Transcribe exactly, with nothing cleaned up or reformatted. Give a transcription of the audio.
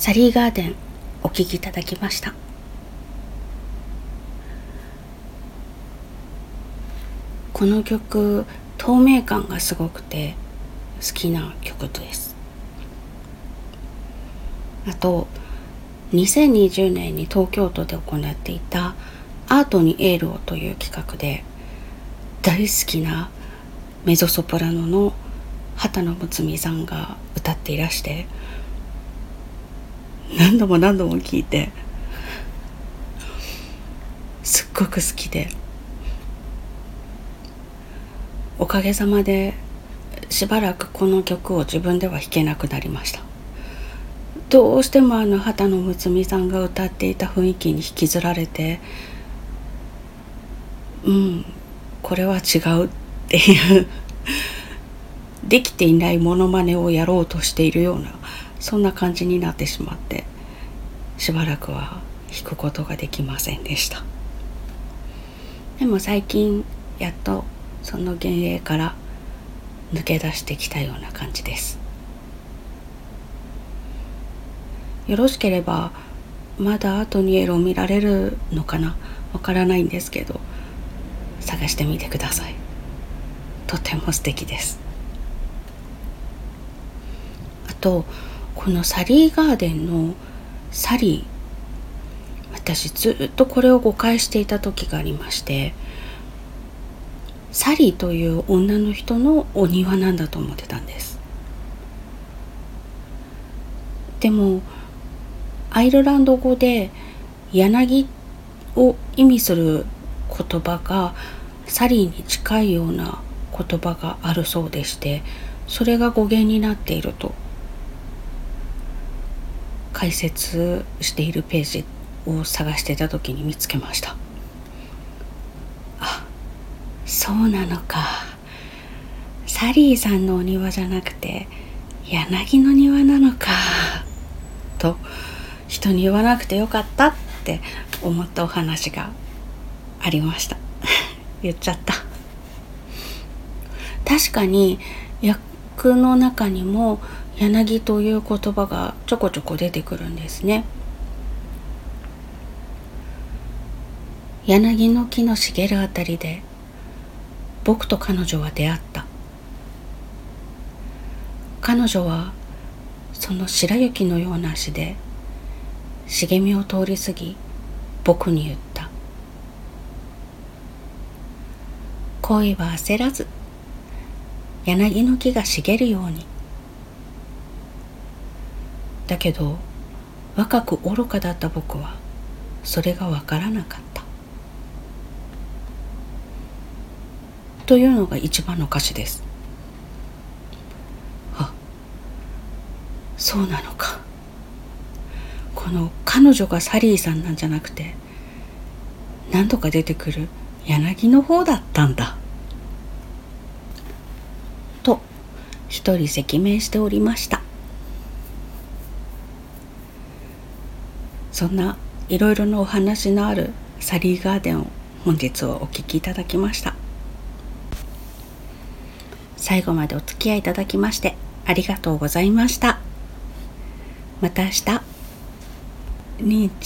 サリーガーデンお聴きいただきました。この曲、透明感がすごくて好きな曲です。あとにせんにじゅうねんに東京都で行っていたアートにエールをという企画で大好きなメゾソプラノの畑野睦美さんが歌っていらして、何度も何度も聴いてすっごく好きで、おかげさまでしばらくこの曲を自分では弾けなくなりました。どうしてもあの畑野睦美さんが歌っていた雰囲気に引きずられて、うんこれは違うっていうできていないモノマネをやろうとしているような、そんな感じになってしまって、しばらくは弾くことができませんでした。でも最近やっとその幻影から抜け出してきたような感じです。よろしければまだアートニエルを見られるのかな、わからないんですけど、探してみてください。とても素敵です。あとこのサリーガーデンのサリー、私ずっとこれを誤解していた時がありまして、サリーという女の人のお庭なんだと思ってたんです。でもアイルランド語で柳を意味する言葉がサリーに近いような言葉があるそうでして、それが語源になっていると解説しているページを探していた時に見つけました。あ、そうなのか、サリーさんのお庭じゃなくて柳の庭なのかと、人に言わなくてよかったって思ったお話がありました。言っちゃった。確かに訳の中にも柳という言葉がちょこちょこ出てくるんですね。柳の木の茂るあたりで僕と彼女は出会った。彼女はその白雪のような足で茂みを通り過ぎ、僕に言った。恋は焦らず柳の木が茂るように。だけど若く愚かだった僕はそれがわからなかった。というのが一番の歌詞です。あ、そうなのか。この彼女がサリーさんなんじゃなくて、何度か出てくる柳の方だったんだと一人赤面しておりました。そんないろいろなお話のあるサリーガーデンを本日はお聞きいただきました。最後までお付き合いいただきましてありがとうございました。また明日。認知